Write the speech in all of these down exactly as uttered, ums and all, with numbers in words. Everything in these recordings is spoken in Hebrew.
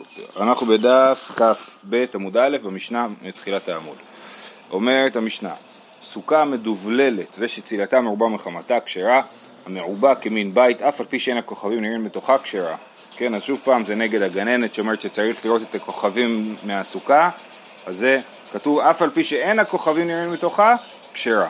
אנחנו בדף כ"ב עמוד א' במשנה מתחילת העמוד. אומרת המשנה, סוכה מדובללת ושצילתה מרובה מחמתה כשרה, המרובה כמין בית, אף על פי שאין הכוכבים נראים בתוכה כשרה. כן, אז שוב פעם זה נגד הגננת שאומרת שצריך לראות את הכוכבים מהסוכה, אז זה כתוב אף על פי שאין הכוכבים נראים בתוכה כשרה.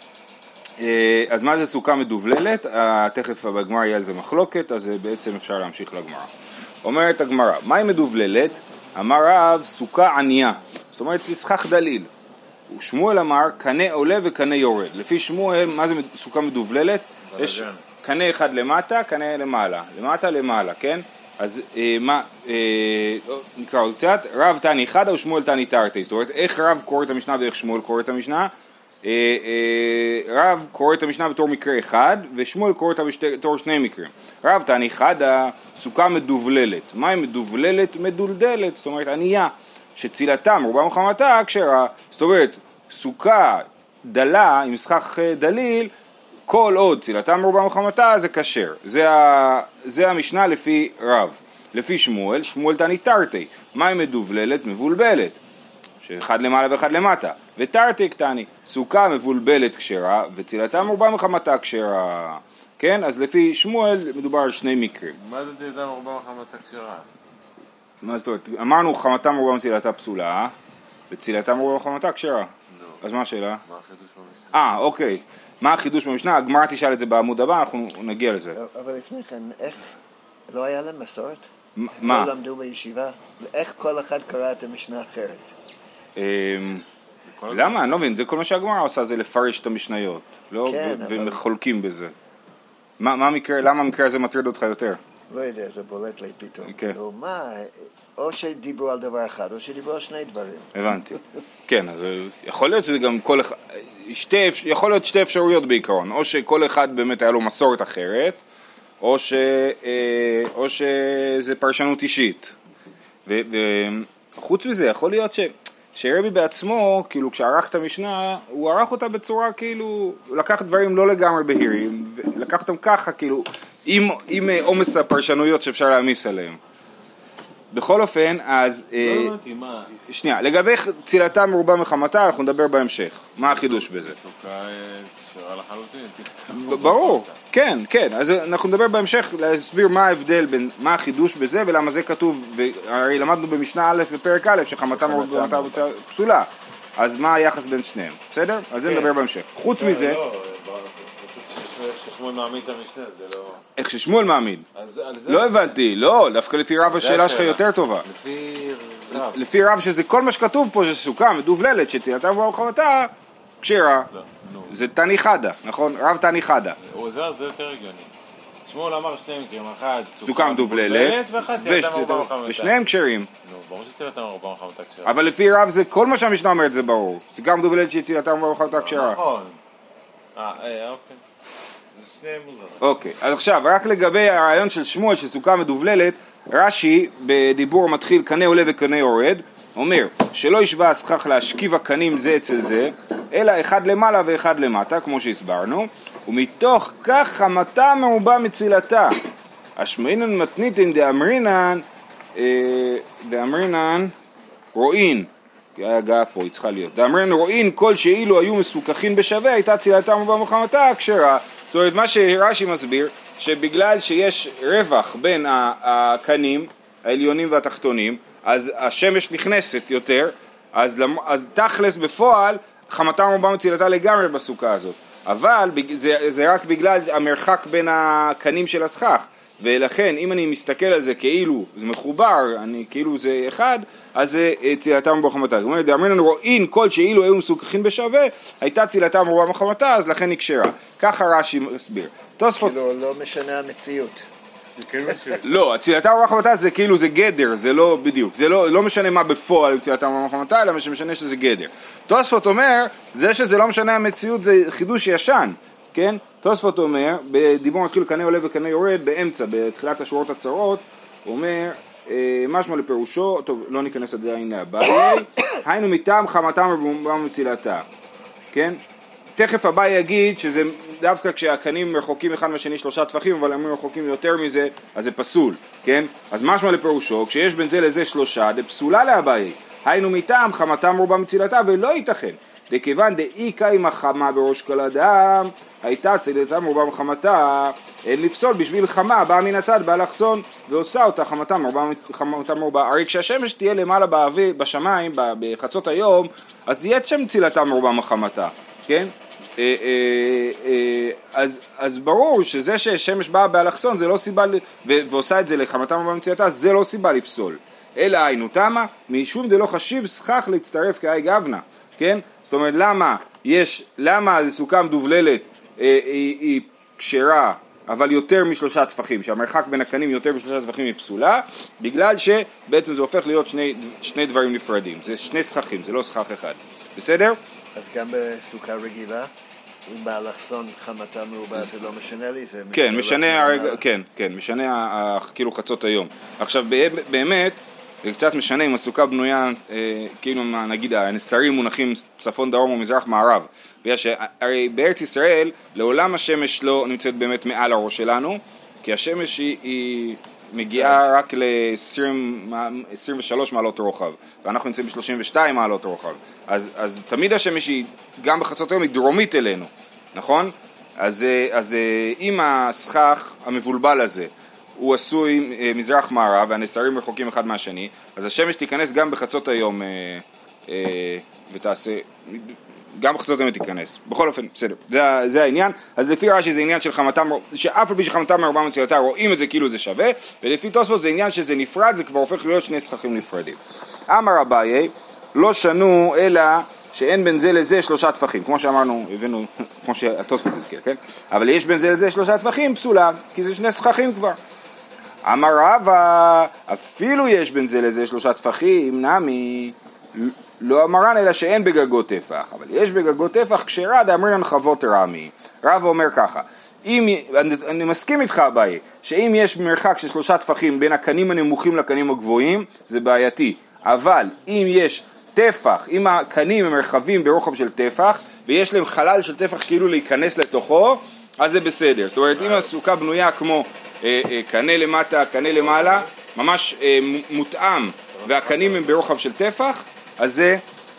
אז מה זה סוכה מדובללת? תכף בגמרא יהיה על זה מחלוקת, אז בעצם אפשר להמשיך לגמרא. אומרת הגמרא, מהי מדובללת? אמר רב, סוכה ענייה, זאת אומרת סכך דליל. ושמואל אמר, קנה עולה וקנה יורד. לפי שמואל, מה זה סוכה מדובללת? יש קנה אחד למטה, קנה למעלה. למטה למעלה, כן? אז אה, מה, אה, נקרא עוד קצת, רב תני חדה ושמואל תני תרתי. זאת אומרת, איך רב קורא את המשנה ואיך שמואל קורא את המשנה? אה, אה, רב קורא את המשנה בתור מקרה אחד, ושמואל קורא אותה בתור שני מקרים. רב תני חדה, סוכה מדובללת. מה היא מדובללת? מדולדלת, זאת אומרת ענייה, שצילתה מרובה מחמתה כשרה. זאת אומרת, סוכה דלה עם סכך דליל, כל עוד צילתה מרובה מחמתה זה כשר. זה, ה... זה המשנה לפי רב. לפי שמואל, שמואל תני תרתי. מה היא מדובללת? מבולבלת. שאחד למעלה ואחד למטה. ותרתי קטני, סוכה מבולבלת כשרה, וצילתה מרובה מחמתה כשרה. כן, אז לפי שמואל מדובר על שני מקרים. מה זה צילתה מרובה מחמתה כשרה? מה זאת אומרת? אמרנו חמתה מרובה מצילתה פסולה, וצילתה מרובה מחמתה כשרה. לא. אז מה השאלה? מה החידוש במשנה? אה, אוקיי. מה החידוש במשנה? הגמרא תשאל את זה בעמוד הבא, אנחנו נגיע לזה. אבל לפני כן, איך לא היה להם מסורת? מה? לא למדו בישיבה? איך כל אחד קרא את המשנה אחרת? למה? אני לא מבין, זה כל מה שהגמרא עושה, זה לפרש את המשניות, לא? ומחולקים בזה. מה המקרה, למה המקרה הזה מטריד אותך יותר? לא יודע, זה בולט לי פתאום. לא, מה, או שדיברו על דבר אחד, או שדיברו על שני דברים. הבנתי. כן, אז יכול להיות שזה גם כל אחד, יכול להיות שתי אפשרויות בעיקרון, או שכל אחד באמת היה לו מסורת אחרת, או ש, או שזה פרשנות אישית. וחוץ מזה, יכול להיות ש... שרבי בעצמו, כאילו כשערך את המשנה, הוא ערך אותה בצורה כאילו, הוא לקח דברים לא לגמרי בהירים, ולקח אותם ככה כאילו, עם, עם עומס הפרשנויות שאפשר להמיס עליהם. בכל אופן, אז... לא הבנתי, מה? שנייה, לגבי צילתה מרובה מחמתה, אנחנו נדבר בהמשך. מה החידוש בזה? סוכה כשרה לחלוטין. ברור, כן, כן. אז אנחנו נדבר בהמשך להסביר מה ההבדל בין, מה החידוש בזה ולמה זה כתוב, והרי למדנו במשנה א' בפרק א' שחמתה מרובה מחמתה פסולה. אז מה היחס בין שניהם? בסדר? אז זה נדבר בהמשך. חוץ מזה... ששמואל מעמיד את המשנה, זה לא... איך ששמואל מעמיד? לא הבנתי, לא, דווקא לפי רב השאלה שלך יותר טובה. לפי רב. לפי רב שזה כל מה שכתוב פה, שזה סוכה מדובללת, שצילתה מרובה מחמתה כשרה. זה תני חדה, נכון? רב תני חדה. זה יותר הגיוני. שמואל אמר שני מקרים, אחד סוכה מדובללת, ואחד צילתה מרובה מחמתה. ושניהם כשרים. נו, ברור שצילתה מרובה מחמתה כשרה. אבל לפי רב זה כל מה שהמשנה אומרת זה ברור. סוכה מדובלת שצילתה מרובה מחמתה כשרה. נכון. אה, אוקיי. אוקיי, אז עכשיו רק לגבי הרעיון של שמואל שסוכה מדובללת, רש"י בדיבור מתחיל קנה עולה וקנה יורד, אומר שלא ישווה הסכך להשכיב הקנים זה אצל זה, אלא אחד למעלה ואחד למטה, כמו שהסברנו, ומתוך כך חמתה מרובה מצילתה. השמעינן מתניתן דאמרינן, דאמרינן רואין, הגעה פה, היא צריכה להיות, דאמרינן רואין כל שאילו היו מסוככים בשווה, הייתה צילתה מרובה מחמתה כשרה. זאת אומרת, מה שרש"י מסביר, שבגלל שיש רווח בין הקנים, העליונים והתחתונים, אז השמש נכנסת יותר, אז, אז תכלס בפועל, חמתה מרובה מצילתה לגמרי בסוכה הזאת. אבל זה, זה רק בגלל המרחק בין הקנים של הסכך, ולכן אם אני מסתכל על זה כאילו זה מחובר, אני, כאילו זה אחד, אז זה צילתה מרובה מחמתה. זאת אומרת, אמרנו רואים כל שאילו היו מסוככים בשווה, הייתה צילתה מרובה מחמתה, אז לכן נקשרה. ככה רש"י מסביר. תוספות... כאילו לא משנה המציאות. לא, צילתה מרובה מחמתה זה כאילו זה גדר, זה לא בדיוק. זה לא, לא משנה מה בפועל עם צילתה מרובה מחמתה, אלא מה שמשנה שזה גדר. תוספות אומר, זה שזה לא משנה המציאות זה חידוש ישן, כן? תוספות אומר, בדיבור מתחיל קנה עולה וקנה יורד, באמצע, בתחילת השורות הצרות, הוא אומר, משמע לפירושו, טוב, לא ניכנס את זה עין להבאי, היינו מטעם חמתה מרובה מצילתה, כן? תכף הבא יגיד שזה דווקא כשהקנים רחוקים אחד מהשני שלושה טפחים, אבל הם רחוקים יותר מזה, אז זה פסול, כן? אז משמע לפירושו, כשיש בין זה לזה שלושה, זה פסולה לאביי. היינו מטעם חמתה מרובה מצילתה, ולא ייתכן. דכיוון דאי קיימה חמה בראש כל אדם, הייתה צילתה מרובה מחמתה, אין לפסול בשביל חמה, באה מן הצד, באה לחסון, ועושה אותה חמתה מרובה, חמתה מרובה. הרי כשהשמש תהיה למעלה באוויר, בשמיים, בחצות היום, אז תהיה שם צילתה מרובה מחמתה, כן? אז, אז ברור שזה ששמש באה באלכסון זה לא סיבה, ועושה את זה לחמתה מרובה מצילתה, זה לא סיבה לפסול. אלא היינו תמה, משום דלא חשיב שכח להצטרף כאי גבנה, כן? זאת אומרת, למה יש, למה זה סוכה מדובללת אה, היא, היא קשרה, אבל יותר משלושה טפחים, שהמרחק בין הקנים יותר משלושה טפחים היא פסולה, בגלל שבעצם זה הופך להיות שני, שני דברים נפרדים, זה שני שכחים, זה לא שכח אחד, בסדר? אז גם בסוכה רגילה, אם באלכסון חמתה מרובה זה לא משנה לי, זה כן, משנה, הרגע, כן, כן, משנה כאילו חצות היום. עכשיו באמת, זה קצת משנה אם הסוכה בנויה, אה, כאילו נגיד הנסרים מונחים צפון דרום ומזרח מערב, בגלל שהרי בארץ ישראל לעולם השמש לא נמצאת באמת מעל הראש שלנו, כי השמש היא, היא מגיעה רק ל-עשרים ושלוש מעלות רוחב, ואנחנו נמצאים ב-שלושים ושתיים מעלות רוחב, אז, אז תמיד השמש היא גם בחצות היום היא דרומית אלינו, נכון? אז, אז אם הסכך המבולבל הזה הוא עשוי מזרח מערב והנסרים רחוקים אחד מהשני, אז השמש תיכנס גם בחצות היום אה, אה, ותעשה, גם בחצות היום תיכנס. בכל אופן, בסדר, זה, זה העניין. אז לפי רש"י זה עניין של חמתה, שאף על פי שחמתה מרובה מצילתה רואים את זה כאילו זה שווה, ולפי תוספות זה עניין שזה נפרד, זה כבר הופך להיות שני שככים נפרדים. אמר אביי, לא שנו אלא שאין בין זה לזה שלושה טפחים, כמו שאמרנו, הבאנו, כמו שהתוספות הזכיר, כן? אבל יש בין זה לזה שלושה טפחים פסולה, כי זה שני שככים כבר. אמר רבא, אפילו יש בין זה לזה שלושה טפחים, נמי, לא אמרן אלא שאין בגגות טפח, אבל יש בגגות טפח כשרה דאמרינן חוות רמי. רבא אומר ככה, אם, אני, אני מסכים איתך אביי, שאם יש מרחק של שלושה טפחים בין הקנים הנמוכים לקנים הגבוהים, זה בעייתי, אבל אם יש טפח, אם הקנים הם רחבים ברוחב של טפח, ויש להם חלל של טפח כאילו להיכנס לתוכו, אז זה בסדר. זאת אומרת, אם הסוכה בנויה כמו קנה למטה, קנה למעלה, ממש מותאם, והקנים הם ברוחב של טפח, אז זה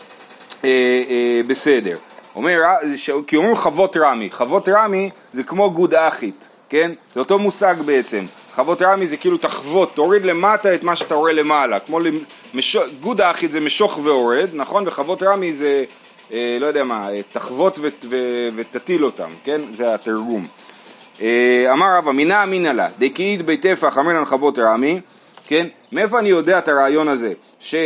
בסדר. אומר, כי אומרים חוות רמי, חוות רמי זה כמו גוד אחית, כן? זה אותו מושג בעצם. חוות רמי זה כאילו תחוות, תוריד למטה את מה שאתה רואה למעלה, כמו למשוך, גוד אחית זה משוך והורד, נכון? וחוות רמי זה, לא יודע מה, תחוות ותטיל אותם, כן? זה התרגום. אמר רבא, מינה אמינה לה, דקאית בי טפח אמרינן חוות רמי, כן? מאיפה אני יודע את הרעיון הזה,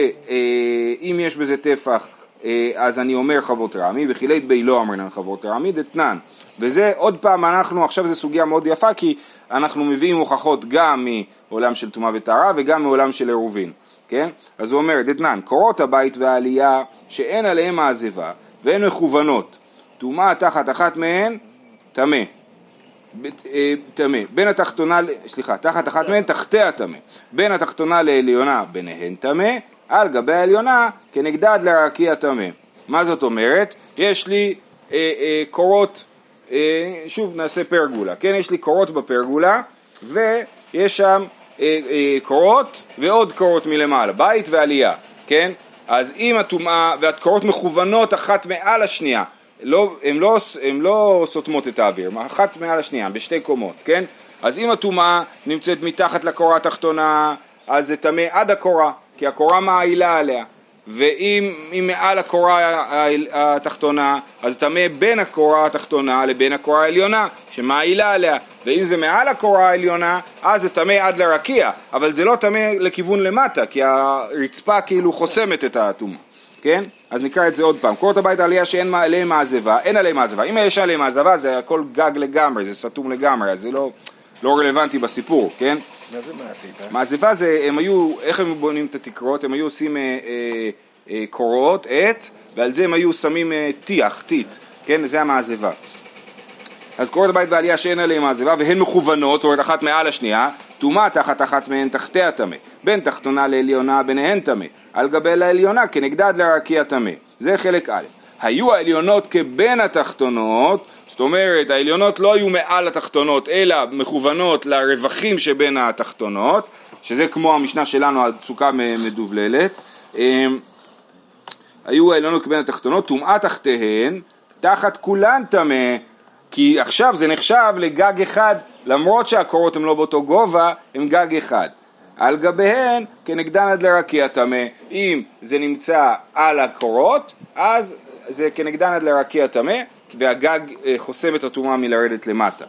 שאם יש בזה טפח, אז אני אומר חוות רמי, וחילית בי לא אמרינן חוות רמי, דתנן. וזה עוד פעם, אנחנו, עכשיו זו סוגיה מאוד יפה, כי אנחנו מביאים הוכחות גם מעולם של טומאה וטהרה, וגם מעולם של עירובין, כן? אז הוא אומר, דתנן, קורות הבית והעלייה, שאין עליהם מעזבה, והן מכוונות, טומאה תחת אחת מהן, טמא. תמה, בין התחתונה, סליחה, תחת אחת מהן תחתיה תמה, בין התחתונה לעליונה ביניהן תמה, על גבי העליונה כנגדה לרקיע תמה. מה זאת אומרת? יש לי אה, אה, קורות, אה, שוב נעשה פרגולה, כן? יש לי קורות בפרגולה ויש שם אה, אה, קורות ועוד קורות מלמעלה, בית ועלייה, כן? אז אם הטומאה והקורות מכוונות אחת מעל השנייה, לא, הם לא, הם לא סותמות את האוויר, אחת מעל השנייה, בשתי קומות, כן? אז אם הטומאה נמצאת מתחת לקורה התחתונה, אז זה טמא עד הקורה, כי הקורה מעילה עליה. ואם אם מעל הקורה התחתונה, אז טמא בין הקורה התחתונה לבין הקורה העליונה, שמעילה עליה. ואם זה מעל הקורה העליונה, אז זה טמא עד לרקיע, אבל זה לא טמא לכיוון למטה, כי הרצפה כאילו חוסמת את הטומאה. כן? אז נקרא את זה עוד פעם. קורות הבית העלייה שאין עליהם מעזבה, אין עליהם מעזבה. אם יש עליהם מעזבה, זה הכל גג לגמרי, זה סתום לגמרי, אז זה לא, לא רלוונטי בסיפור, כן? מה זה מעזבה? מעזבה זה, הם היו, איך הם בונים את התקרות? הם היו עושים אה, אה, אה, קורות, עץ, ועל זה הם היו שמים אה, תיח, תית, כן? זה המעזבה. אז קורות הבית והעלייה שאין עליהם מעזבה, והן מכוונות, זאת אומרת אחת מעל השנייה, טומאה תחת אחת מהן תחתיה טמא, בין תחתונה לעליונה ביניהן טמא, על גבי לעליונה כנגדה לרקיע טמא. זה חלק א'. היו העליונות כבין התחתונות, זאת אומרת העליונות לא היו מעל התחתונות אלא מכוונות לרווחים שבין התחתונות, שזה כמו המשנה שלנו הסוכה מדובללת. היו העליונות כבין התחתונות, טומאה תחתיהן, תחת כולן טמא, כי עכשיו זה נחשב לגג אחד, למרות שהקורות הם לא באותו גובה, הם גג אחד. על גביהן כנגדן עד לרקיע טמא. אם זה נמצא על הקורות, אז זה כנגדן עד לרקיע טמא, והגג חוסם את הטומאה מלרדת למטה.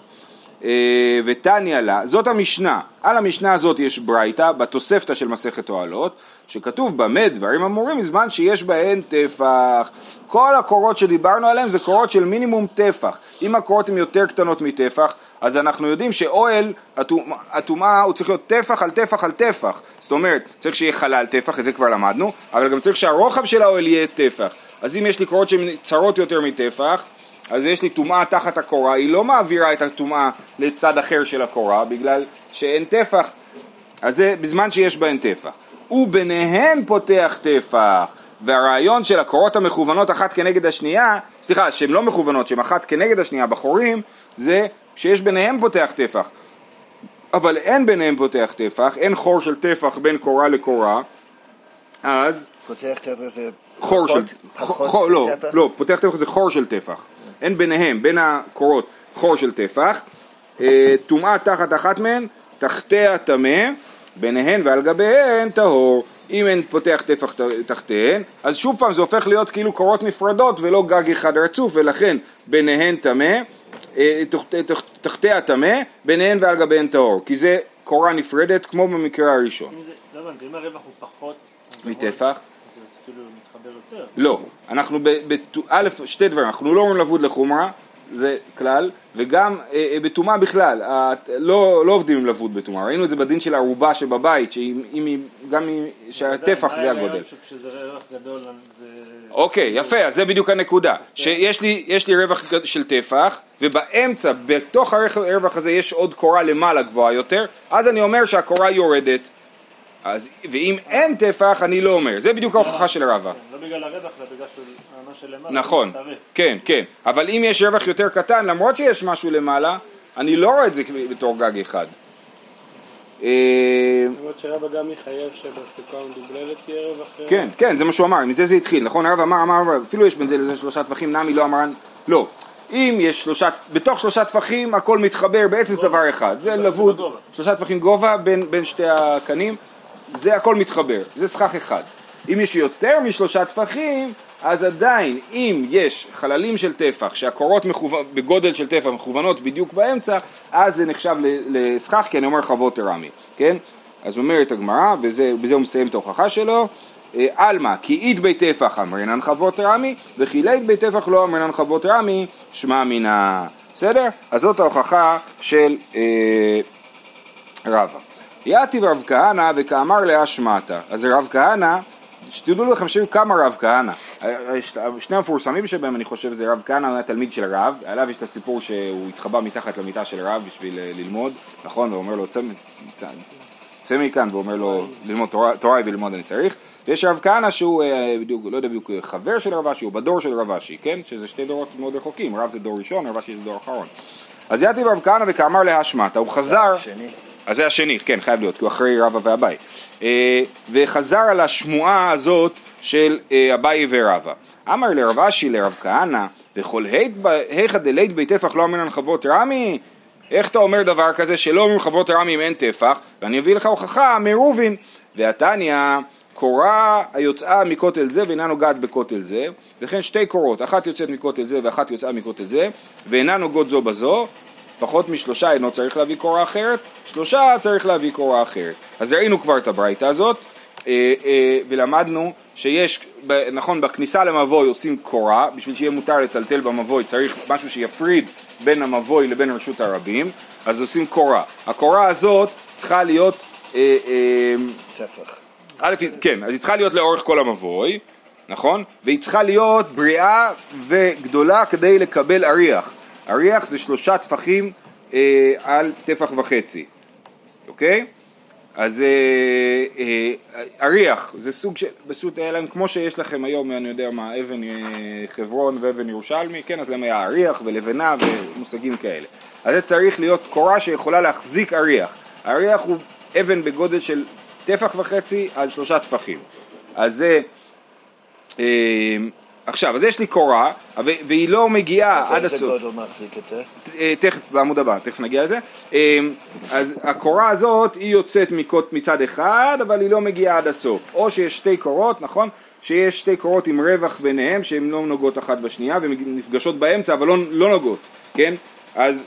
ותניא לה, זאת המשנה. על המשנה הזאת יש ברייתא בתוספתא של מסכת אוהלות, שכתוב במה דברים אמורים מזמן שיש בהן טפח. כל הקורות שדיברנו עליהם זה קורות של מינימום טפח. אם הקורות הן יותר קטנות מטפח, אז אנחנו יודעים שאוהל, הטומאה הוא צריך להיות טפח על טפח על טפח. זאת אומרת, צריך שיהיה חלל טפח, את זה כבר למדנו, אבל גם צריך שהרוחב של האוהל יהיה טפח. אז אם יש לי קורות שהן צרות יותר מטפח, אז יש לי טומאה תחת הקורה, היא לא מעבירה את הטומאה לצד אחר של הקורה, בגלל שאין טפח, אז זה בזמן שיש בהן טפח. וביניהן פותח טפח, והרעיון של הקורות המכוונות אחת כנגד השנייה, סליחה, שהן לא מכוונות, שהן אחת כנגד השנייה בחורים, זה שיש ביניהן פותח טפח. אבל אין ביניהן פותח טפח, אין חור של טפח בין קורה לקורה, אז... פותח טפח זה... חור של... חור, לא, לא, פותח טפח זה חור של טפח. אין ביניהם, בין הקורות, חור של טפח. טומאה תחת אחת מהן, תחתיה טמא, ביניהן ועל גביהן טהור. אם אין פותח טפח תחתיהן, אז שוב פעם זה הופך להיות כאילו קורות נפרדות ולא גג אחד רצוף, ולכן ביניהן טמא, תחתיה טמא, ביניהן ועל גביהן טהור. כי זה קורה נפרדת כמו במקרה הראשון. לא הבנתי, אם הרווח הוא פחות... מטפח? כאילו מתחבר יותר. לא, אנחנו בא' שתי דברים, אנחנו לא אומרים לבוד לחומרה, זה כלל, וגם אה, בטומאה בכלל, אה, לא, לא עובדים עם לבוד בטומאה, ראינו את זה בדין של הערובה שבבית, שאם, גם אם, שהטפח זה הגודל. כשזה רווח גדול זה... אוקיי, יפה, אז זה בדיוק הנקודה, שיש לי, יש לי רווח של טפח, ובאמצע, בתוך הרווח הזה יש עוד קורה למעלה גבוהה יותר, אז אני אומר שהקורה יורדת. אז, ואם אין טפח אני לא אומר, זה בדיוק ההוכחה של רבא. לא בגלל הרווח, אלא בגלל מה שלמעלה. נכון, כן, כן, אבל אם יש רווח יותר קטן, למרות שיש משהו למעלה, אני לא רואה את זה בתור גג אחד. למרות שרבא גם יחייב שבסוכה מדובללת תהיה רווח... כן, כן, זה מה שהוא אמר, מזה זה התחיל, נכון? הרב אמר, אמר, אפילו יש בין זה לזה שלושה טפחים, נמי לא אמרן, לא. אם יש שלושה, בתוך שלושה טפחים הכל מתחבר, בעצם זה דבר אחד, זה לבוד, שלושה טפחים גובה בין, בין שתי הקנים, זה הכל מתחבר, זה שכח אחד. אם יש יותר משלושה טפחים, אז עדיין, אם יש חללים של טפח, שהקורות מכוון, בגודל של טפח מכוונות בדיוק באמצע, אז זה נחשב לשכח, כי אני אומר חוות רמי, כן? אז אומרת הגמרא, ובזה הוא מסיים את ההוכחה שלו, אלמה, כי אית בי טפח אמרינן חוות רמי, וכי לית בי טפח לא אמרינן חוות רמי, שמע מינה. בסדר? אז זאת ההוכחה של אה, רבא. יאתי רב כהנא וכאמר להשמעתה. אז רב כהנא, שתדעו לכם שהיו כמה רב כהנא. שני המפורסמים שבהם אני חושב זה רב כהנא, הוא היה תלמיד של רב, עליו יש את הסיפור שהוא התחבא מתחת למיטה של רב בשביל ללמוד, נכון? ואומר לו, צא, צא, צא מכאן, ואומר לו, ללמוד תורה, תורה וללמוד אני צריך. ויש רב כהנא שהוא בדיוק, לא יודע בדיוק, חבר של רבשי, הוא בדור של רבשי, כן? שזה שתי דורות מאוד רחוקים, רב זה דור ראשון, רבשי זה דור אחרון. אז יאתי רב כהנא וכאמר להשמעתה, הוא חזר... אז זה השני, כן, חייב להיות, כי הוא אחרי רבא ואביי. וחזר על השמועה הזאת של אביי ורבא. אמר לרב אשי לרב כהנא, וכל היכא דלית בי טפח לא אמרינן חוות רמי? איך אתה אומר דבר כזה שלא אומרים חוות רמי אם אין טפח? ואני אביא לך הוכחה מרובין. והתניא, קורה היוצאה מכותל זה ואינה נוגעת בכותל זה, וכן שתי קורות, אחת יוצאת מכותל זה ואחת יוצאה מכותל זה, ואינה נוגעות זו בזו, פחות משלושה אינו צריך להביא קורה אחרת, שלושה צריך להביא קורה אחרת. אז ראינו כבר את הברייתא הזאת, ולמדנו שיש, נכון, בכניסה למבוי עושים קורה, בשביל שיהיה מותר לטלטל במבוי צריך משהו שיפריד בין המבוי לבין רשות הרבים, אז עושים קורה. הקורה הזאת צריכה להיות... טפח. א', כן, אז היא צריכה להיות לאורך כל המבוי, נכון? והיא צריכה להיות בריאה וגדולה כדי לקבל אריח. אריח זה שלושה טפחים אה, על טפח וחצי, אוקיי? אז אה, אה, אריח, זה סוג של, בסוט היה להם, כמו שיש לכם היום, אני יודע מה, אבן אה, חברון ואבן ירושלמי, כן, אז להם היה אריח ולבנה ומושגים כאלה. אז זה צריך להיות קורה שיכולה להחזיק אריח. אריח הוא אבן בגודל של טפח וחצי על שלושה טפחים. אז זה, אה, עכשיו, אז יש לי קורה, והיא לא מגיעה עד הסוף. איזה גודל מחזיק את זה? תכף, בעמוד הבא, תכף נגיע לזה. אז הקורה הזאת היא יוצאת מצד אחד, אבל היא לא מגיעה עד הסוף. או שיש שתי קורות, נכון? שיש שתי קורות עם רווח ביניהם, שהן לא נוגעות אחת בשנייה, והן נפגשות באמצע, אבל לא, לא נוגעות, כן? אז,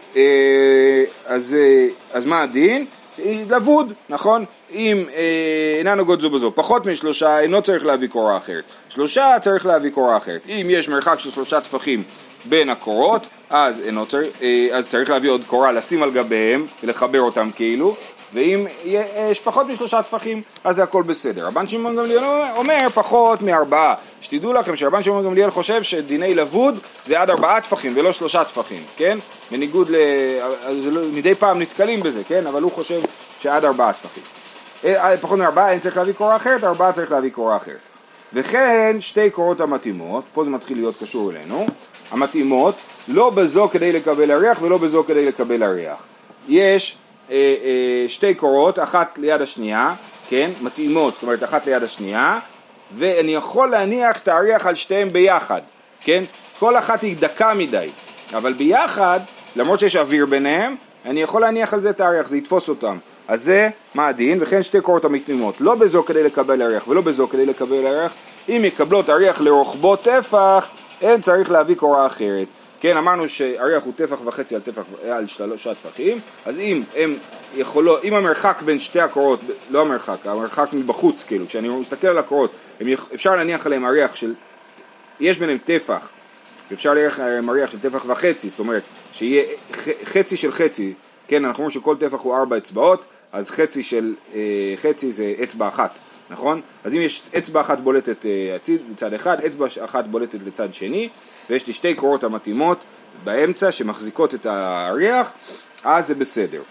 אז, אז מה הדין? לבוד, נכון? אם אה, אינה נוגעות זו בזו, פחות משלושה אינו צריך להביא קורה אחרת. שלושה צריך להביא קורה אחרת. אם יש מרחק של שלושה טפחים בין הקורות, אז, אינו צריך, אה, אז צריך להביא עוד קורה, לשים על גביהם ולחבר אותם כאילו, ואם יש פחות משלושה טפחים, אז זה הכל בסדר. רבן שמעון גמליאל אומר פחות מארבעה. שתדעו לכם שרבן שמעון גמליאל חושב שדיני לבוד זה עד ארבעה טפחים ולא שלושה טפחים, כן? בניגוד ל... מדי פעם נתקלים בזה, כן? אבל הוא חושב שעד ארבעה טפחים. פחות מארבעה אין צריך להביא קורה אחרת, ארבעה צריך להביא קורה אחרת. וכן שתי קורות המתאימות, פה זה מתחיל להיות קשור אלינו, המתאימות לא בזו כדי לקבל אריח ולא בזו כדי לקבל אריח. יש אה, אה, שתי קורות, אחת ליד השנייה, כן? מתאימות, זאת אומרת אחת ליד השנייה, ואני יכול להניח את האריח על שתיהם ביחד, כן? כל אחת היא דקה מדי, אבל ביחד, למרות שיש אוויר ביניהם, אני יכול להניח על זה את האריח, זה יתפוס אותם. אז זה מה הדין, וכן שתי קורות המתאימות, לא בזו כדי לקבל אריח ולא בזו כדי לקבל אריח, אם יקבלות אריח לרוחבו טפח, אין צריך להביא קורה אחרת. כן, אמרנו שאריח הוא טפח וחצי על טפח על שלושה טפחים, אז אם הם יכולות, אם המרחק בין שתי הקורות, לא המרחק, המרחק מבחוץ, כאילו, כשאני מסתכל על הקורות, אפשר להניח עליהם אריח של, יש ביניהם טפח, אפשר להניח עליהם אריח של טפח וחצי, זאת אומרת, שיהיה חצי של חצי, כן, אנחנו אומרים שכל טפח הוא ארבע אצבעות, אז חצי של, חצי זה אצבע אחת, נכון? אז אם יש אצבע אחת בולטת לצד אחד, אצבע אחת בולטת לצד שני, ויש לי שתי קורות המתאימות באמצע שמחזיקות את האריח, אז זה בסדר.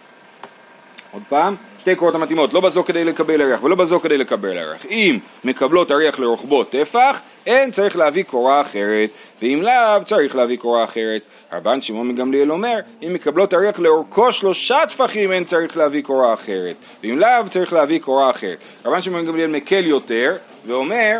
עוד פעם, שתי קורות המתאימות, לא בזו כדי לקבל אריח ולא בזו כדי לקבל אריח. אם מקבלות אריח לרוחבו טפח, אין צריך להביא קורה אחרת, ואם לאו צריך להביא קורה אחרת. רבן שמעון מגמליאל אומר, אם מקבלות אריח לאורכו שלושה טפחים, אין צריך להביא קורה אחרת, ואם לאו צריך להביא קורה אחרת. רבן שמעון מגמליאל מקל יותר, ואומר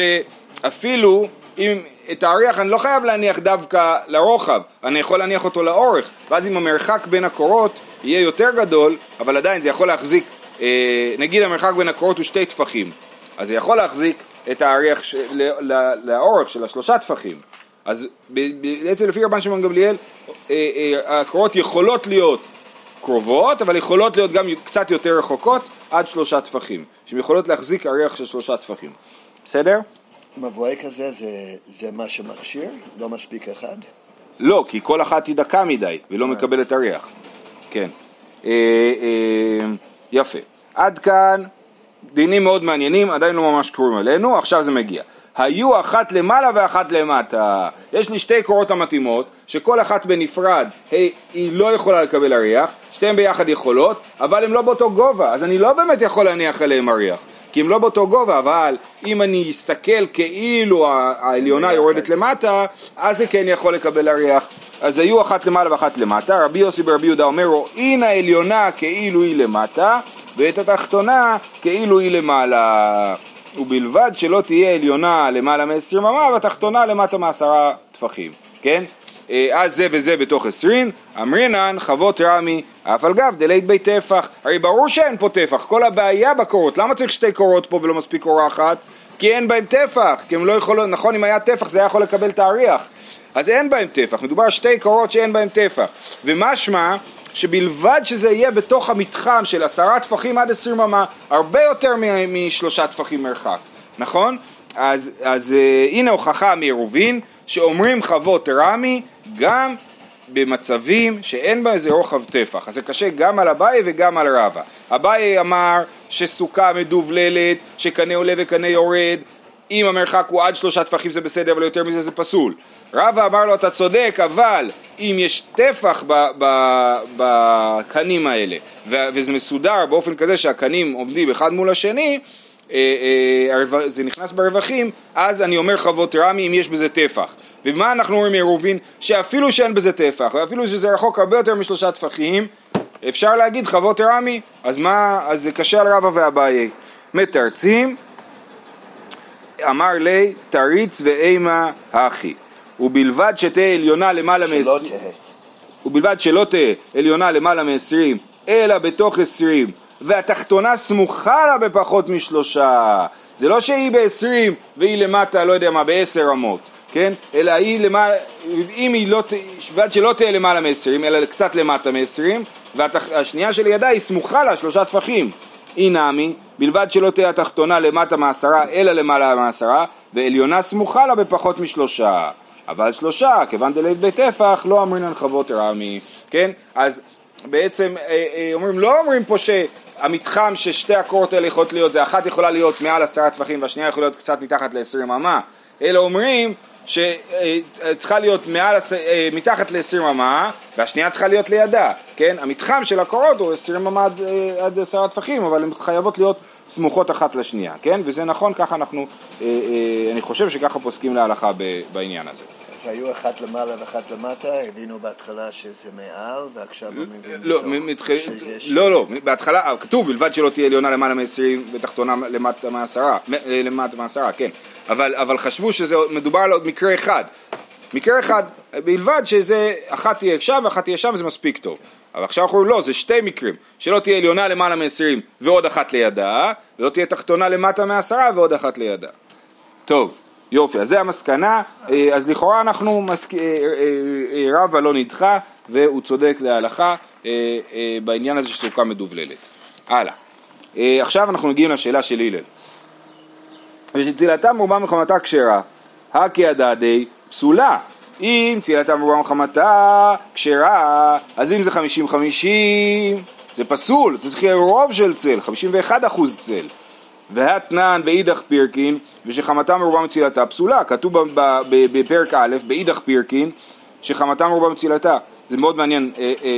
שאפילו אם את האריח אני לא חייב להניח דווקא לרוחב, אני יכול להניח אותו לאורך, ואז אם המרחק בין הקורות יהיה יותר גדול, אבל עדיין זה יכול להחזיק, אה, נגיד המרחק בין הקורות הוא שתי טפחים, אז זה יכול להחזיק את האריח ש... לאורך של השלושה טפחים. אז בעצם לפי רבן שמעון גמליאל, אה, אה, הקורות יכולות להיות קרובות, אבל יכולות להיות גם קצת יותר רחוקות, עד שלושה טפחים, שהן יכולות להחזיק אריח של שלושה טפחים. בסדר? מבואי כזה זה, זה מה שמכשיר? לא מספיק אחד? לא, כי כל אחת היא דקה מדי, ולא מקבלת אריח. כן. אה, אה, יפה. עד כאן דינים מאוד מעניינים, עדיין לא ממש קרורים עלינו, עכשיו זה מגיע. היו אחת למעלה ואחת למטה. יש לי שתי קורות המתאימות, שכל אחת בנפרד, היא, היא לא יכולה לקבל אריח, שתיהן ביחד יכולות, אבל הן לא באותו גובה, אז אני לא באמת יכול להניח עליהם אריח. כי הם לא באותו גובה, אבל אם אני אסתכל כאילו העליונה יורדת למטה, אז זה כן יכול לקבל אריח. אז היו אחת למעלה ואחת למטה. רבי יוסי ברבי יהודה אומר, רואים העליונה כאילו היא למטה, ואת התחתונה כאילו היא למעלה. ובלבד שלא תהיה עליונה למעלה מ-עשרים אמה, והתחתונה למטה מעשרה טפחים. כן? אז זה וזה בתוך עשרים, אמרינן חוות רמי, אף על גב דלית בי טפח. הרי ברור שאין פה טפח, כל הבעיה בקורות, למה צריך שתי קורות פה ולא מספיק קורה אחת? כי אין בהם טפח, כי הם לא יכולים, נכון, אם היה טפח זה היה יכול לקבל את האריח, אז אין בהם טפח, מדובר על שתי קורות שאין בהם טפח, ומשמע שבלבד שזה יהיה בתוך המתחם של עשרה טפחים עד עשרים אמה, הרבה יותר משלושה טפחים מרחק, נכון? אז, אז הנה הוכחה מעירובין, שאומרים חוות רמי גם במצבים שאין בה איזה רוחב טפח, אז זה קשה גם על אביי וגם על רבא. אביי אמר שסוכה מדובללת, שקנה עולה וקנה יורד, אם המרחק הוא עד שלושה טפחים זה בסדר, אבל יותר מזה זה פסול. רבא אמר לו, אתה צודק, אבל אם יש טפח בקנים האלה, וזה מסודר באופן כזה שהקנים עומדים אחד מול השני, זה נכנס ברווחים, אז אני אומר חוות רמי אם יש בזה טפח. ומה אנחנו אומרים מעירובין? שאפילו שאין בזה טפח, ואפילו שזה רחוק הרבה יותר משלושה טפחים, אפשר להגיד חוות רמי, אז מה, אז זה קשה על רבא ואביי. מתרצים, אמר לי, תריץ ואימה האחי, ובלבד שתהיה עליונה למעלה מ-עשרים, ובלבד שלא תהיה עליונה למעלה מ-עשרים, אלא בתוך עשרים, והתחתונה סמוכה לה בפחות משלושה. זה לא שהיא ב-עשרים והיא למטה, לא יודע מה, ב-עשר רמות, כן? אלא היא למעלה, אם היא לא, ועד שלא תהיה למעלה מ-עשרים, אלא קצת למטה מ-עשרים, והשנייה של ידה היא סמוכה לה שלושה טפחים. אינמי, בלבד שלא תהיה התחתונה למטה מעשרה, אלא למעלה מעשרה, ועליונה סמוכה לה בפחות משלושה. אבל שלושה, כיוון דלית בטפח, לא אמרינן חוות רמי, כן? אז בעצם אומרים, לא אומרים פה שהמתחם ששתי הקורות האלה יכולות להיות, זה אחת יכולה להיות מעל עשרה טפחים, והשנייה יכולה להיות קצת מתחת ל-עשרים אמה, אלא אומרים שצריכה להיות מעל, מתחת ל-עשרים אמה, והשנייה צריכה להיות לידה, כן? המתחם של הקורות הוא עשרים אמה עד, עד עשרה טפחים, אבל הן חייבות להיות סמוכות אחת לשנייה, כן? וזה נכון, ככה אנחנו, אני חושב שככה פוסקים להלכה בעניין הזה. אז היו אחת למעלה ואחת למטה, הבינו בהתחלה שזה מעל, ועכשיו הם מבינים לא, שיש... לא, לא, בהתחלה, כתוב בלבד שלא תהיה עליונה למעלה מ-עשרים ותחתונה למטה מעשרה, למטה מעשרה, כן. אבל, אבל חשבו שזה מדובר על עוד מקרה אחד. מקרה אחד, בלבד שזה אחת תהיה שם ואחת תהיה שם, זה מספיק טוב. אבל עכשיו אנחנו לא, זה שתי מקרים. שלא תהיה עליונה למעלה מ-עשרים ועוד אחת לידה, ולא תהיה תחתונה למטה מעשרה ועוד אחת לידה. טוב. יופי, אז זה המסקנה, אז לכאורה אנחנו, מסק... רבא לא נדחה והוא צודק להלכה בעניין הזה שסוכה מדובללת. הלאה, עכשיו אנחנו מגיעים לשאלה של הלל. ושצילתה מרובה מחמתה כשרה, הכי הדדי פסולה. אם צילתה מרובה מחמתה כשרה, אז אם זה חמישים חמישים, זה פסול, זה צריך רוב של צל, חמישים ואחד אחוז צל. והתנן באידך פירקין, ושחמתה מרובה מצילתה פסולה. כתוב בפרק א', באידך פירקין, שחמתה מרובה מצילתה. זה מאוד מעניין,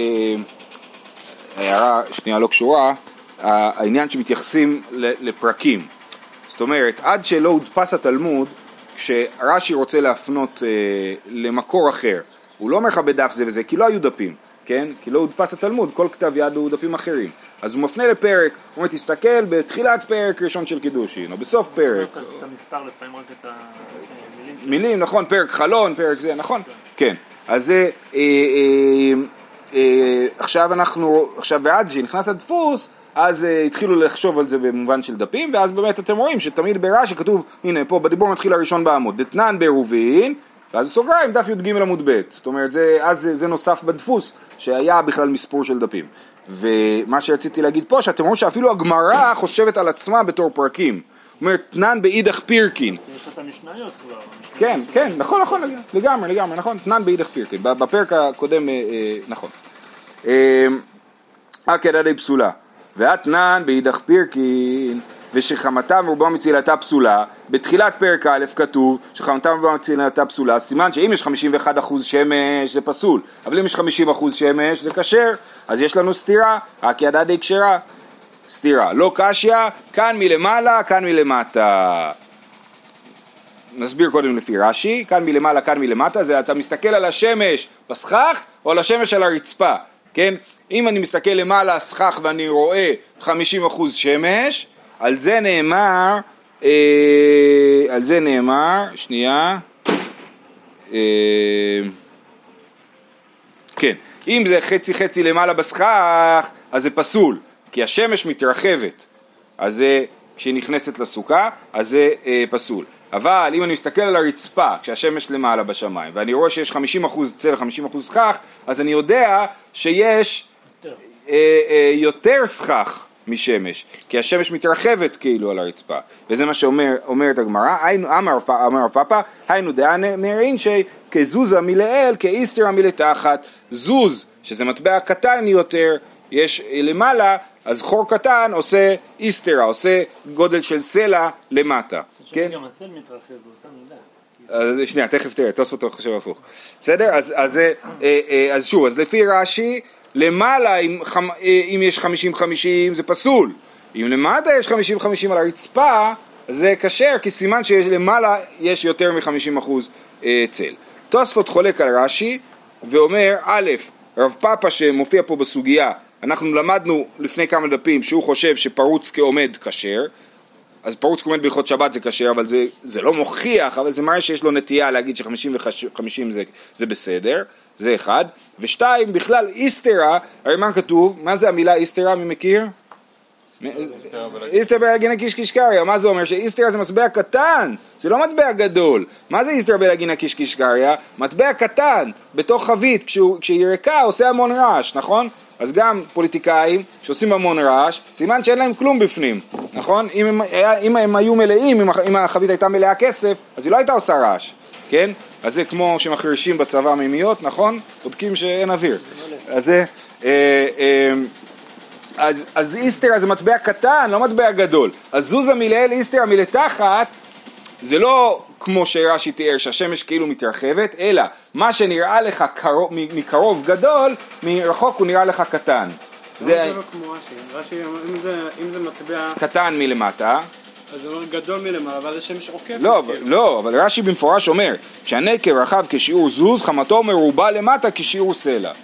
הערה שנייה לא קשורה, העניין שמתייחסים לפרקים. זאת אומרת, עד שלא הודפס התלמוד, כשרש"י רוצה להפנות למקור אחר, הוא לא אומר לך בדף זה וזה, כי לא היו דפים. כן? כי לא הודפס התלמוד, כל כתב יד הוא דפים אחרים. אז הוא מפנה לפרק, הוא אומר, תסתכל בתחילת פרק ראשון של קידושין, או בסוף פרק. את המספר לפעמים רק את המילים. מילים, נכון, פרק חלון, פרק זה, נכון? כן. אז זה, עכשיו אנחנו, עכשיו ועד שנכנס הדפוס, אז התחילו לחשוב על זה במובן של דפים, ואז באמת אתם רואים שתמיד ברש"י כתוב, הנה פה בדיבור מתחיל הראשון בעמוד, דתנן בעירובין, ואז סוגריים דף י"ג עמוד ב', זאת אומרת, זה, אז זה, זה נוסף בדפוס, שהיה בכלל מספור של דפים. ומה שרציתי להגיד פה, שאתם רואים שאפילו הגמרא חושבת על עצמה בתור פרקים. זאת אומרת, תנן באידך פירקין. יש את המשניות כבר. כן, כן, נכון, נכון, לגמרי, לגמרי, נכון, תנן באידך פירקין. בפרק הקודם, אה, אה, נכון. הכי הדדי פסולה. והתנן באידך פירקין. ושחמתה מרובה מצילתה פסולה, בתחילת פרק א' כתוב שחמתה מרובה מצילתה פסולה, סימן שאם יש חמישים ואחד אחוז שמש זה פסול, אבל אם יש חמישים אחוז שמש זה כשר, אז יש לנו סתירה, הכי הדדי כשרה, סתירה, לא קשיא, כאן מלמעלה, כאן מלמטה. נסביר קודם לפי רש"י, כאן מלמעלה, כאן מלמטה, זה אתה מסתכל על השמש בסכך או על השמש על הרצפה, כן? אם אני מסתכל למעלה סכך ואני רואה חמישים אחוז שמש, על זה נאמר, אה, על זה נאמר, שנייה, אה, כן, אם זה חצי חצי למעלה בסכך, אז זה פסול, כי השמש מתרחבת, אז זה, כשהיא נכנסת לסוכה, אז זה אה, פסול. אבל אם אני מסתכל על הרצפה, כשהשמש למעלה בשמיים, ואני רואה שיש חמישים אחוז צל, חמישים אחוז סכך, אז אני יודע שיש יותר, אה, אה, יותר סכך, משמש, כי השמש מתרחבת כאילו על הרצפה, וזה מה שאומרת הגמרא, אמר פאפא, היינו דעה מרין שכזוזה מלעיל, כאיסתרה מלתחת, זוז, שזה מטבע קטן יותר, יש למעלה, אז חור קטן עושה איסתרה, עושה גודל של סלע למטה. כן? גם הצל מתרחב באותה מידה. אז שנייה, תכף תראה, תוספות חושב הפוך. בסדר? אז, אז, אז שוב, אז לפי רש"י, למעלה אם, אם יש חמישים חמישים זה פסול. אם למטה יש חמישים חמישים על הרצפה, זה כשר, כי סימן שלמעלה יש יותר מ-חמישים אחוז צל. תוספות חולק על רש"י ואומר, א', רב פאפה שמופיע פה בסוגיה, אנחנו למדנו לפני כמה דפים שהוא חושב שפרוץ כעומד כשר, אז פרוץ כעומד בהלכות שבת זה כשר, אבל זה, זה לא מוכיח, אבל זה מראה שיש לו נטייה להגיד ש-חמישים וחמישים זה, זה בסדר, זה אחד. ושתיים, בכלל איסתרה, הרי מה כתוב? מה זה המילה איסתרה, מי מכיר? איסתר בלגינה קישקישקריה, מה זה אומר? שאיסתר זה מטבע קטן, זה לא מטבע גדול. מה זה איסתר בלגינה קישקישקריה? מטבע קטן, בתוך חבית, כשהיא ריקה עושה המון רעש, נכון? אז גם פוליטיקאים שעושים המון רעש, סימן שאין להם כלום בפנים, נכון? אם הם, אם הם היו מלאים, אם החבית הייתה מלאה כסף, אז היא לא הייתה עושה רעש, כן? אז זה כמו שמחרישים בצבא מימיות, נכון? בודקים שאין אוויר. אז זה... אה, אה, אז, אז איסתרה זה מטבע קטן, לא מטבע גדול. אז זוזה מלעיל איסתרה מלתחת, זה לא כמו שרש"י תיאר שהשמש כאילו מתרחבת, אלא מה שנראה לך קרוב, מקרוב גדול, מרחוק הוא נראה לך קטן. זה לא כמו רש"י, רש"י אם זה, אם זה מטבע... קטן מלמטה. אז זה אומר גדול מלמעלה, אבל השמש עוקבת. לא, לא, אבל רש"י במפורש אומר, שהנקב רחב כשיעור זוז, חמתו מרובה למטה כשיעור סלע.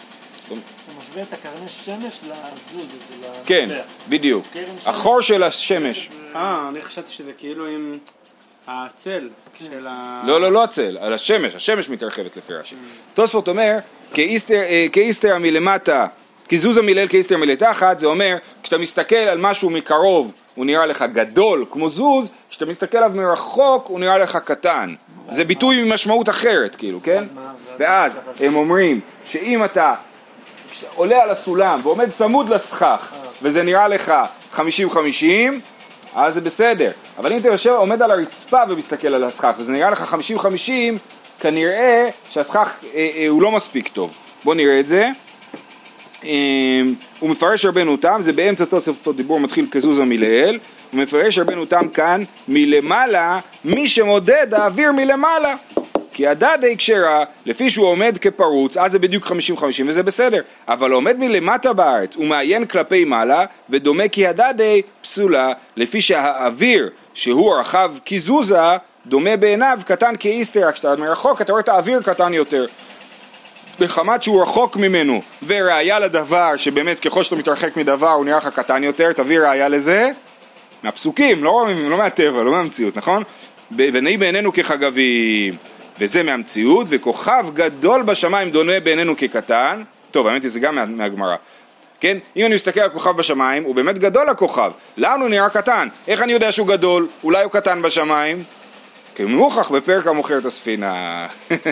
משווה את הקרני שמש לזוז, כן, בדיוק. החור של השמש. אה, אני חשבתי שזה כאילו עם הצל של ה... לא, לא, לא הצל, על השמש, השמש מתרחבת לפי רש"י. תוספות אומר, כאיסתר מלמטה, כזוזה מליל כאיסתר מלתחת, זה אומר, כשאתה מסתכל על משהו מקרוב, הוא נראה לך גדול כמו זוז, כשאתה מסתכל עליו מרחוק, הוא נראה לך קטן. זה ביטוי עם משמעות אחרת, כאילו, כן? ואז הם אומרים שאם אתה עולה על הסולם ועומד צמוד לסכך וזה נראה לך חמישים חמישים, אז זה בסדר. אבל אם אתה יושב, עומד על הרצפה ומסתכל על הסכך וזה נראה לך חמישים חמישים, כנראה שהסכך אה, אה, הוא לא מספיק טוב. בוא נראה את זה. אה, הוא מפרש רבנו תם, זה באמצע תוספות דיבור מתחיל כזוזה מלעיל, הוא מפרש רבנו תם כאן, מלמעלה, מי שמודד האוויר מלמעלה. כי הדדי כשרה, לפי שהוא עומד כפרוץ, אז זה בדיוק חמישים חמישים וזה בסדר. אבל עומד מלמטה בארץ, הוא מעיין כלפי מעלה, ודומה כי הדדי פסולה, לפי שהאוויר שהוא רחב כזוזה, דומה בעיניו קטן כאיסתר. כשאתה מרחוק אתה רואה את האוויר קטן יותר. בחמת שהוא רחוק ממנו, וראיה לדבר, שבאמת ככל שאתה מתרחק מדבר הוא נראה לך קטן יותר, תביא ראיה לזה, מהפסוקים, לא, לא מהטבע, לא מהמציאות, נכון? ונהי בעינינו כחגבים. וזה מהמציאות, וכוכב גדול בשמיים דומה בעינינו כקטן. טוב, האמת היא זה גם מה, מהגמרא. כן? אם אני מסתכל על כוכב בשמיים, הוא באמת גדול הכוכב. לנו נראה קטן. איך אני יודע שהוא גדול? אולי הוא קטן בשמיים? כי מוכח בפרק המוכר את הספינה.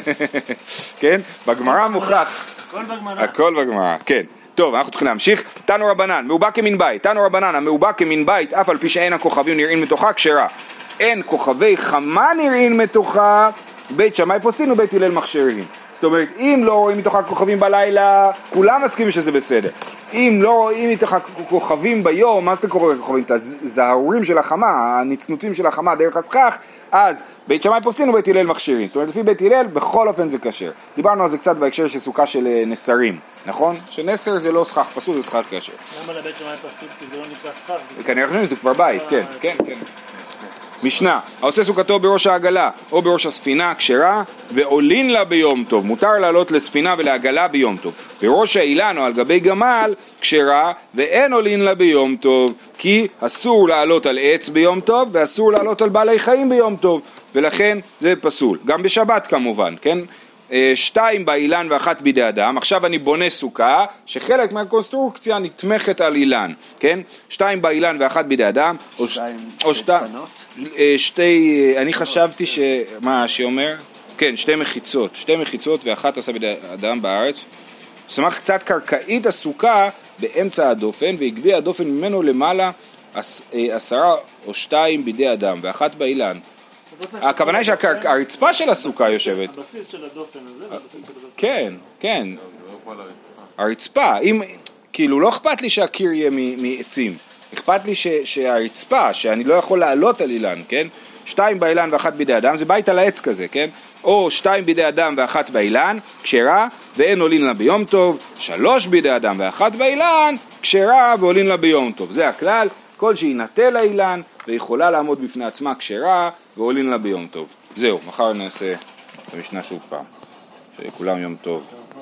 כן? בגמרא מוכח. הכל בגמרא. הכל בגמרא, כן. טוב, אנחנו צריכים להמשיך. תנו רבנן, מעובה כמין בית. תנו רבנן, המעובה כמין בית, אף על פי שאין הכוכבים נראים מתוכה כשרה. אין כוכבי חמה נראים מתוכה, בית שמאי פוסטין ובית הלל מכשירים. זאת אומרת, אם לא רואים מתוכה כוכבים בלילה, כולם מסכימים שזה בסדר. אם לא רואים מתוכה כוכבים ביום, מה זה קורה כוכבים? את הזהורים של החמה, הנצנוצים של החמה דרך הסכך, אז בית שמאי פוסטין ובית הלל מכשירים. זאת אומרת, לפי בית הלל, בכל אופן זה כשר. דיברנו על זה קצת בהקשר של סוכה של נסרים, נכון? שנסר זה לא סכך פסול, זה סכך כשר. למה לבית שמאי פוסטין? כי זה לא נקרא סכך. וכנראה חושבים שזה כבר בית, כן, כן, כן. משנה, העושה סוכתו בראש העגלה או בראש הספינה כשרה ועולין לה ביום טוב, מותר לעלות לספינה ולעגלה ביום טוב. בראש האילן או על גבי גמל כשרה ואין עולין לה ביום טוב, כי אסור לעלות על עץ ביום טוב ואסור לעלות על בעלי חיים ביום טוב, ולכן זה פסול. גם בשבת כמובן, כן? שתיים באילן ואחת בידי אדם. עכשיו אני בונה סוכה שחלק מהקונסטרוקציה נתמכת על אילן, כן? שתיים באילן ואחת בידי אדם, או שתיים או שתי, שתי, אני חשבתי שמה שאומר, כן, שתי מחיצות, שתי מחיצות ואחת עשה בידי אדם בארץ. שמח קצת קרקעית הסוכה באמצע הדופן, והגביע הדופן ממנו למעלה עשרה או שתיים בידי אדם ואחת באילן. הכוונה היא שהרצפה של הסוכה יושבת. הבסיס של הדופן הזה והבסיס של הדופן. כן, כן. הרצפה, אם, כאילו לא אכפת לי שהקיר יהיה מעצים, אכפת לי שהרצפה, שאני לא יכול לעלות על אילן, כן? שתיים באילן ואחת בידי אדם, זה בית על העץ כזה, כן? או שתיים בידי אדם ואחת באילן, כשרה ואין עולין לה ביום טוב, שלוש בידי אדם ואחת באילן, כשרה ועולין לה ביום טוב. זה הכלל, כל שהיא נטה לאילן ויכולה לעמוד בפני עצמה כשרה ועולין לה ביום טוב. זהו, מחר נעשה את המשנה שוב פעם. שכולם יום טוב.